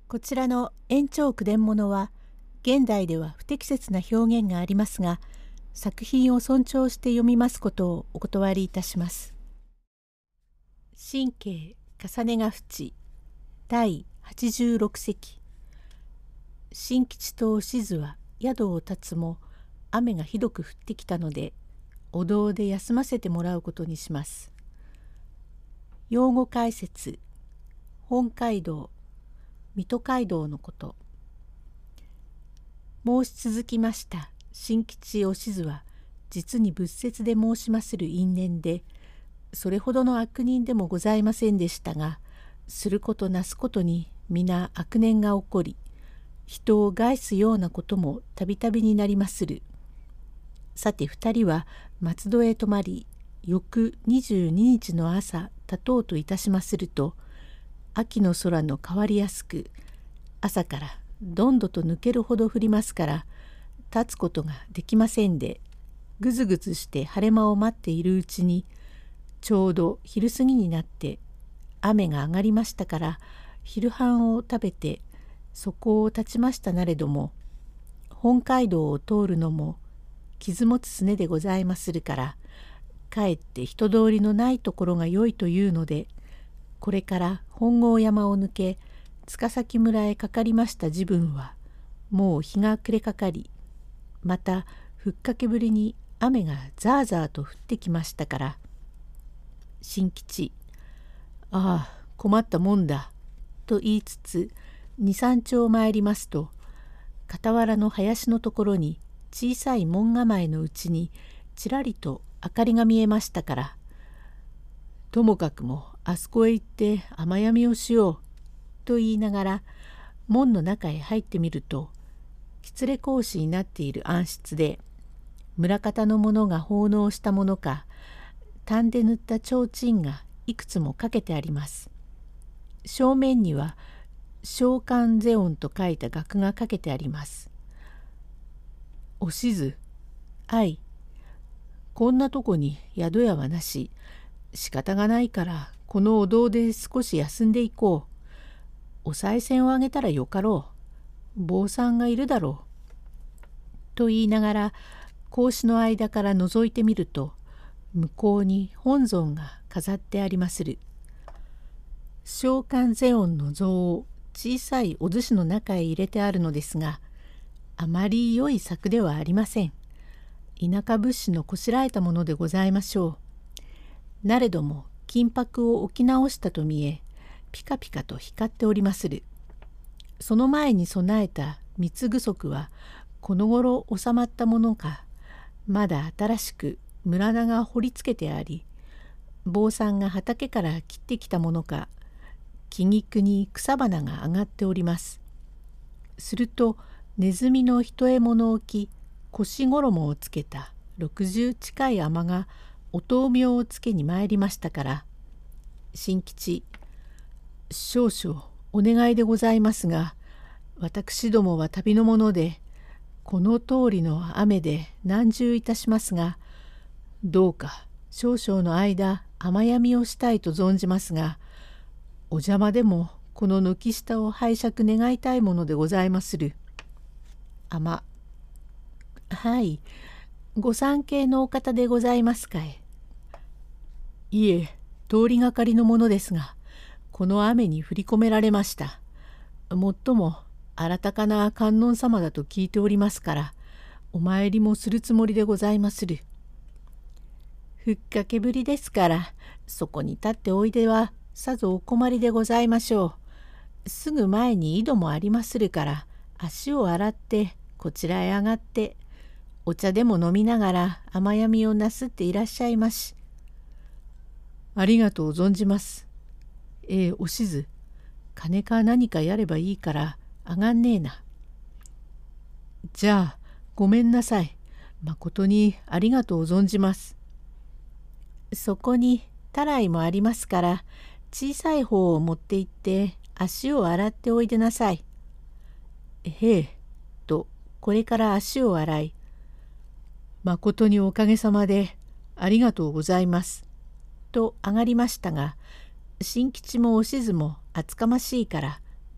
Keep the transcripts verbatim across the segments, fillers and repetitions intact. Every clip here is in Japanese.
こちらの延長句伝物は現代では不適切な表現がありますが、作品を尊重して読みますことをお断りいたします。神経重ねが淵第はちじゅうろく席。新吉とおしずは宿を立つも雨がひどく降ってきたので、お堂で休ませてもらうことにします。用語解説。本街道、水戸街道のこと。申し続きました新吉おしずは実に仏説で申しまする因縁で、それほどの悪人でもございませんでしたが、することなすことに皆悪念が起こり、人を害すようなこともたびたびになりまする。さて二人は松戸へ泊まり、翌にじゅうににちの朝立とうといたしますると、秋の空の変わりやすく、朝からどんどと抜けるほど降りますから、立つことができませんで、ぐずぐずして晴れ間を待っているうちに、ちょうど昼過ぎになって雨が上がりましたから、昼飯を食べてそこを立ちましたなれども、本街道を通るのも傷持つすねでございまするから、かえって人通りのないところが良いというので、これから本郷山を抜け塚崎村へかかりました自分は、もう日が暮れかかり、またふっかけぶりに雨がザーザーと降ってきましたから、新吉、ああ困ったもんだと言いつつ二三丁参りますと、傍らの林のところに小さい門構えのうちにちらりと明かりが見えましたから、ともかくもあそこへ行って雨やみをしようと言いながら門の中へ入ってみると、き連格子になっている暗室で、村方の者が奉納したものか、炭で塗った提灯がいくつもかけてあります。正面には召喚ゼオンと書いた額がかけてあります。おしず、あい、こんなとこに宿屋はなし、仕方がないからこのお堂で少し休んでいこう。お賽銭をあげたらよかろう。坊さんがいるだろう。と言いながら格子の間から覗いてみると、向こうに本尊が飾ってありまする。召喚ゼオンの像を小さいお寿司の中へ入れてあるのですが、あまり良い作ではありません。田舎物資のこしらえたものでございましょう。なれども金箔を置き直したと見え、ピカピカと光っておりまする。その前に備えた三つ具足はこの頃収まったものか、まだ新しく村田が掘りつけてあり、坊さんが畑から切ってきたものか、木菊に草花が上がっております。するとネズミの一獲物を着、腰衣をつけた六十近い尼がお灯明をつけに参りましたから、新吉、少々お願いでございますが、私どもは旅の者で、この通りの雨で難渋いたしますが、どうか少々の間雨やみをしたいと存じますが、お邪魔でもこの軒下を拝借願いたいものでございまする。雨、はい、ご参詣のお方でございますかえ。いえ、通りがかりのものですが、この雨に降り込められました。もっとも新たかな観音様だと聞いておりますから、お参りもするつもりでございまする。ふっかけぶりですから、そこに立っておいではさぞお困りでございましょう。すぐ前に井戸もありまするから、足を洗ってこちらへ上がって、お茶でも飲みながら雨やみをなすっていらっしゃいまし。ありがとう存じます。ええ、おしず、金か何かやればいいからあがんねえな。じゃあごめんなさい。まことにありがとう存じます。そこにたらいもありますから、小さい方を持って行って足を洗っておいでなさい。へえ、とこれから足を洗い、まことにおかげさまでありがとうございます。と上がりましたが、新吉もおしずも厚かましいから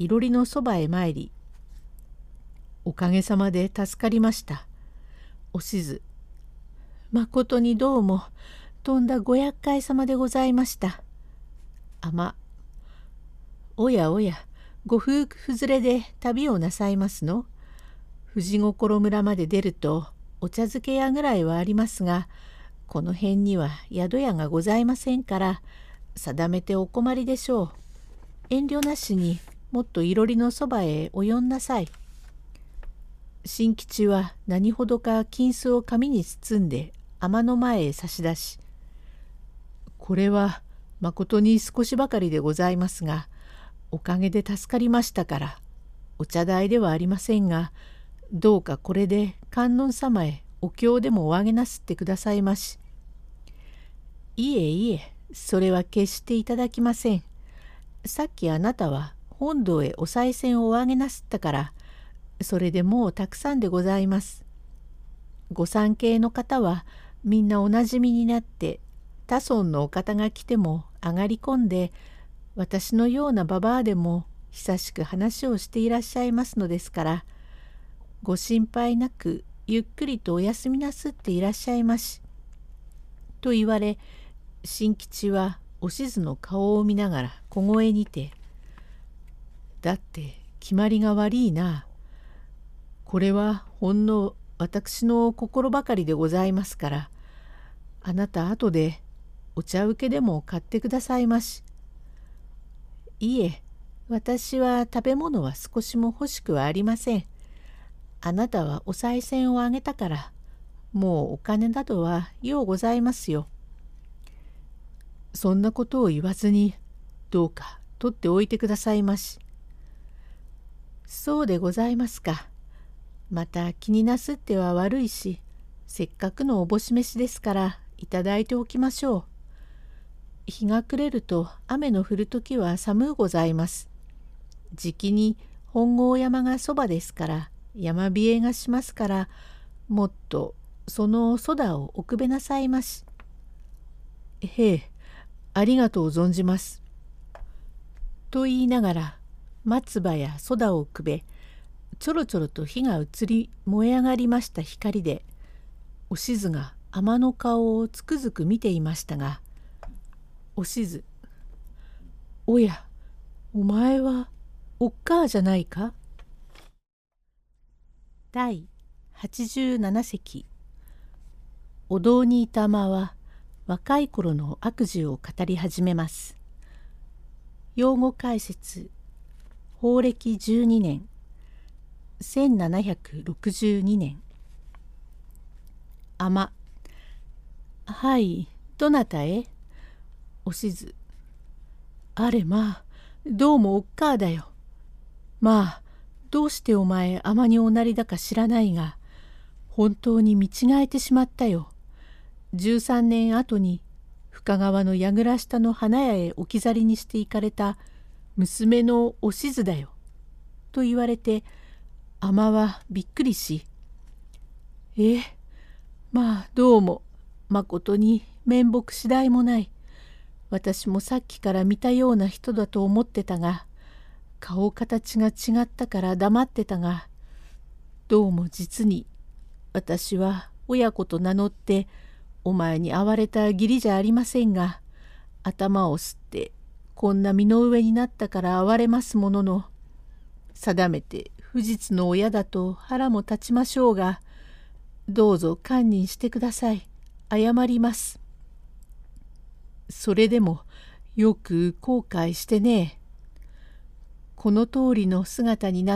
いろりのそばへ参り、おかげさまで助かりました。おしず、まことにどうも、とんだご厄介様でございました。あま、おやおや、ご夫婦連れで旅をなさいますの？富士心村まで出ると、お茶漬け屋ぐらいはありますが、この辺には宿屋がございませんから、定めてお困りでしょう。遠慮なしにもっといろりのそばへお呼んなさい。新吉は何ほどか金子を紙に包んで尼の前へ差し出し、これはまことに少しばかりでございますが、おかげで助かりましたから、お茶代ではありませんが、どうかこれで観音様へお経でもおあげなすってくださいまし。いえいえ、それは決していただきません。さっきあなたは本堂へお賽銭をおあげなすったから、それでもうたくさんでございます。ご参詣の方はみんなおなじみになって、他村のお方が来ても上がり込んで、私のようなばばあでも久しく話をしていらっしゃいますのですから、ご心配なくゆっくりとお休みなすっていらっしゃいまし。と言われ、新吉はおしずの顔を見ながら小声にて、だって決まりが悪いな。これはほんの私の心ばかりでございますから、あなた後でお茶受けでも買ってくださいまし。いえ、私は食べ物は少しも欲しくはありません。あなたはお賽銭をあげたから、もうお金などはようございますよ。そんなことを言わずに、どうか取っておいてくださいまし。そうでございますか。また気になすっては悪いし、せっかくのおぼし飯ですからいただいておきましょう。日が暮れると雨の降るときは寒うございます。じきに本郷山がそばですから山冷えがしますから、もっとそのそだをおくべなさいまし。へえ、ありがとう存じます。と言いながら松葉やそだをくべ、ちょろちょろと火が移り燃え上がりました光で、おしずが尼の顔をつくづく見ていましたが、おしず、おや、お前はおっかあじゃないか。だいはちじゅうななせき。お堂にいた尼は若い頃の悪事を語り始めます。用語解説。法暦じゅうにねん、せんななひゃくろくじゅうにねん。尼、はい、どなたへ？おしず、あれまあ、どうもおっかあだよ。まあ、どうしてお前尼におなりだか知らないが、本当に見違えてしまったよ。じゅうさんねんあとに深川の櫓下の花屋へ置き去りにして行かれた娘のおしずだよ。と言われて、尼はびっくりし、ええ、まあどうも、まことに面目次第もない。私もさっきから見たような人だと思ってたが、顔形が違ったから黙ってたが、どうも実に、私は親子と名乗って、お前に会われた義理じゃありませんが、頭をすって、こんな身の上になったから哀れますものの、定めて不実の親だと腹も立ちましょうが、どうぞ堪忍してください。謝ります。それでもよく後悔してね。この通りの姿になって、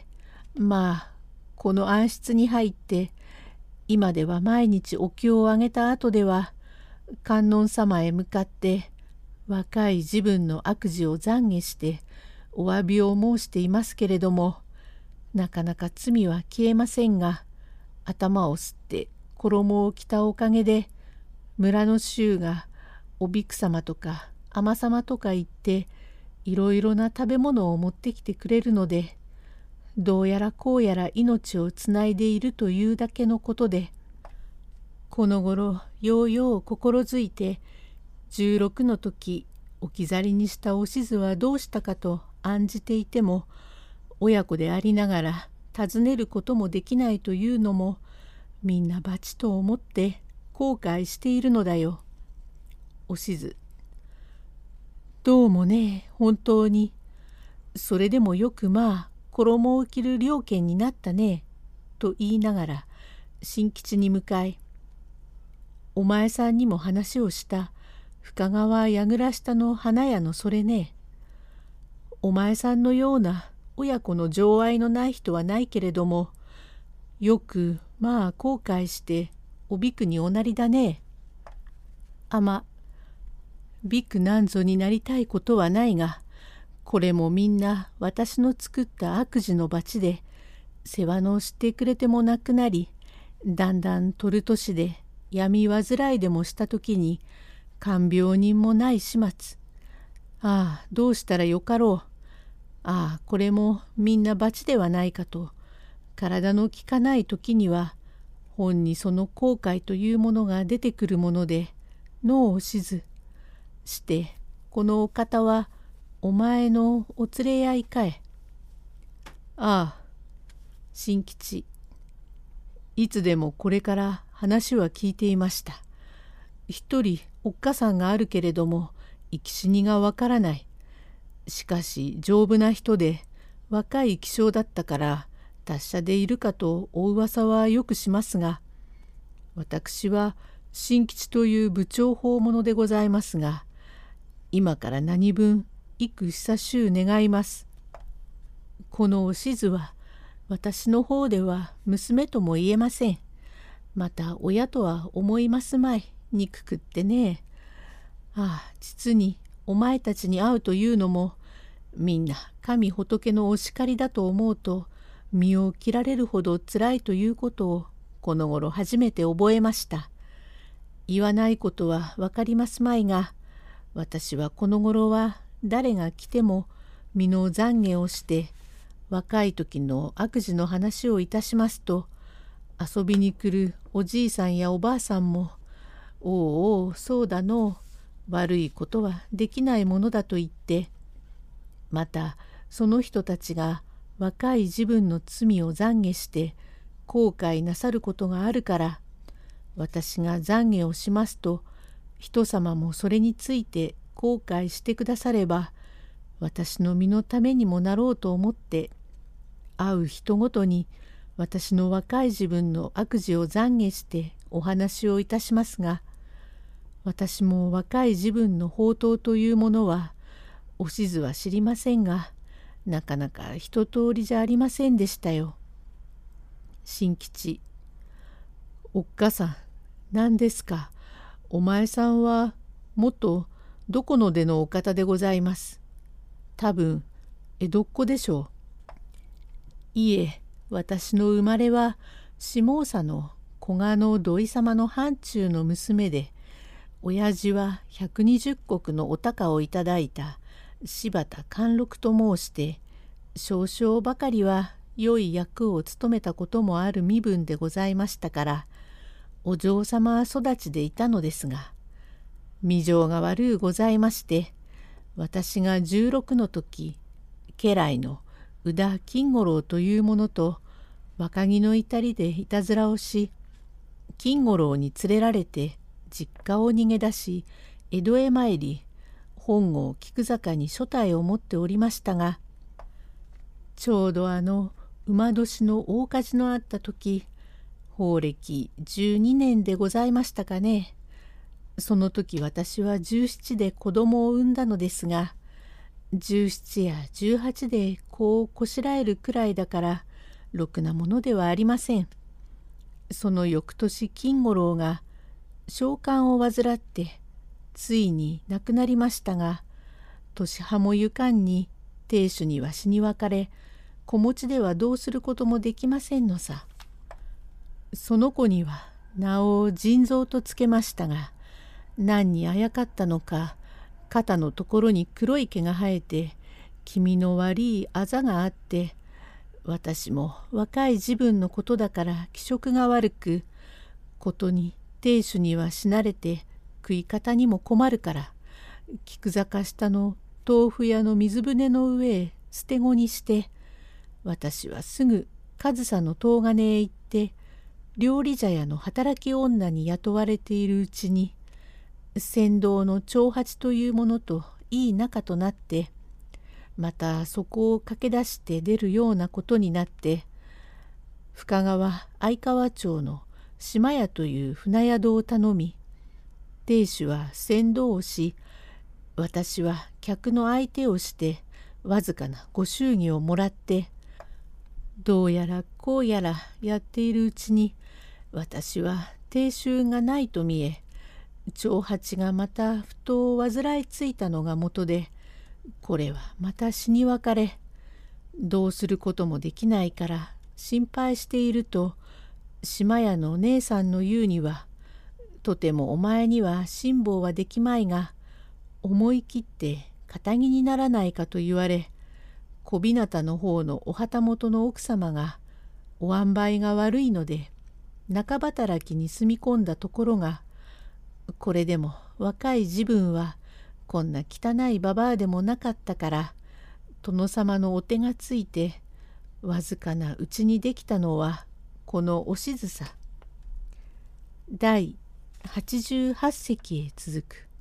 まあこの暗室に入って、今では毎日お経をあげた後では、観音様へ向かって若い自分の悪事を懺悔してお詫びを申していますけれども、なかなか罪は消えませんが、頭をすって衣を着たおかげで、村の衆がおびく様とか尼様とか言っていろいろな食べ物を持ってきてくれるので、どうやらこうやら命をつないでいるというだけのことで、この頃ようよう心づいて、じゅうろくの時置き去りにしたおしずはどうしたかと案じていても、親子でありながら尋ねることもできないというのも、みんな罰と思って後悔しているのだよ。おしず。どうもね、本当に。それでもよくまあ衣を着る了見になったね、と言いながら新吉に向かい、お前さんにも話をした深川櫓下の花屋のそれね。お前さんのような親子の情愛のない人はないけれども、よくまあ後悔しておびくにおなりだね。あま、びくなんぞになりたいことはないが、これもみんな私の作った悪事の罰で、世話のしてくれてもなくなり、だんだん取る年で闇患いでもしたときに看病人もない始末。ああ、どうしたらよかろう。ああ、これもみんな罰ではないかと、体の利かない時には本にその後悔というものが出てくるもので、脳をしずしてこのお方はお前のお連れ合いかえ。ああ、新吉。いつでもこれから話は聞いていました。一人おっかさんがあるけれども生き死にがわからない。しかし丈夫な人で若い気性だったから達者でいるかとお噂はよくしますが、私は新吉という部長法者でございますが、今から何分幾久しゅう願います。このおしずは私の方では娘とも言えません。また親とは思いますまい、憎くってね。ああ、実にお前たちに会うというのも、みんな神仏のお叱りだと思うと身を切られるほどつらいということをこの頃初めて覚えました。言わないことは分かりますまいが、私はこの頃は誰が来ても身の懺悔をして若い時の悪事の話をいたしますと、遊びに来るおじいさんやおばあさんも「おうおうそうだのう、悪いことはできないものだ」と言って、またその人たちが若い自分の罪を懺悔して後悔なさることがあるから、私が懺悔をしますと人様もそれについて後悔してくだされば、私の身のためにもなろうと思って、会う人ごとに私の若い自分の悪事を懺悔してお話をいたしますが、私も若い自分の宝刀というものはおしずは知りませんが、なかなか一通りじゃありませんでしたよ。新吉。おっかさん、何ですか。お前さんは元どこの出のお方でございます。多分江戸っ子でしょう。いえ、私の生まれは下総の古賀の土井様の藩中の娘で、親父は百二十石のお高をいただいた柴田貫禄と申して、少々ばかりは良い役を務めたこともある身分でございましたから、お嬢様育ちでいたのですが、未情が悪うございまして、私が十六の時、家来の宇田金五郎というものと若木の至りでいたずらをし、金五郎に連れられて実家を逃げ出し、江戸へ参り、本郷菊坂に所帯を持っておりましたが、ちょうどあの馬年の大火事のあった時、法暦じゅうにねんでございましたかね。その時私はじゅうななで子供を産んだのですが、じゅうななやじゅうはちで子をこしらえるくらいだからろくなものではありません。その翌年金五郎が小寒を患ってついに亡くなりましたが、年端もゆかんに亭主には死に別れ、子持ちではどうすることもできませんのさ。その子には名を腎臓とつけましたが、何にあやかったのか、肩のところに黒い毛が生えて気味の悪いあざがあって、私も若い自分のことだから気色が悪く、ことに亭主には死なれて食い方にも困るから、菊坂下の豆腐屋の水舟の上へ捨て子にして、私はすぐ上総の東金へ行って料理茶屋の働き女に雇われているうちに、船頭の長八というものといい仲となって、またそこを駆け出して出るようなことになって、深川相川町の島屋という船宿を頼み、亭主は船頭をし、私は客の相手をしてわずかなご祝儀をもらって、どうやらこうやらやっているうちに、私は亭主がないと見え、長八がまた不当を患いついたのがもとで、これはまた死に別れ、どうすることもできないから心配していると、島屋の姉さんの言うには、とてもお前には辛抱はできまいが、思い切って堅気にならないかと言われ、小日向の方のお旗本の奥様がお塩梅が悪いので中働きに住み込んだところが、これでも若い時分はこんな汚いババアでもなかったから、殿様のお手がついてわずかなうちにできたのはこのおしずさ。第はちじゅうはち席へ続く。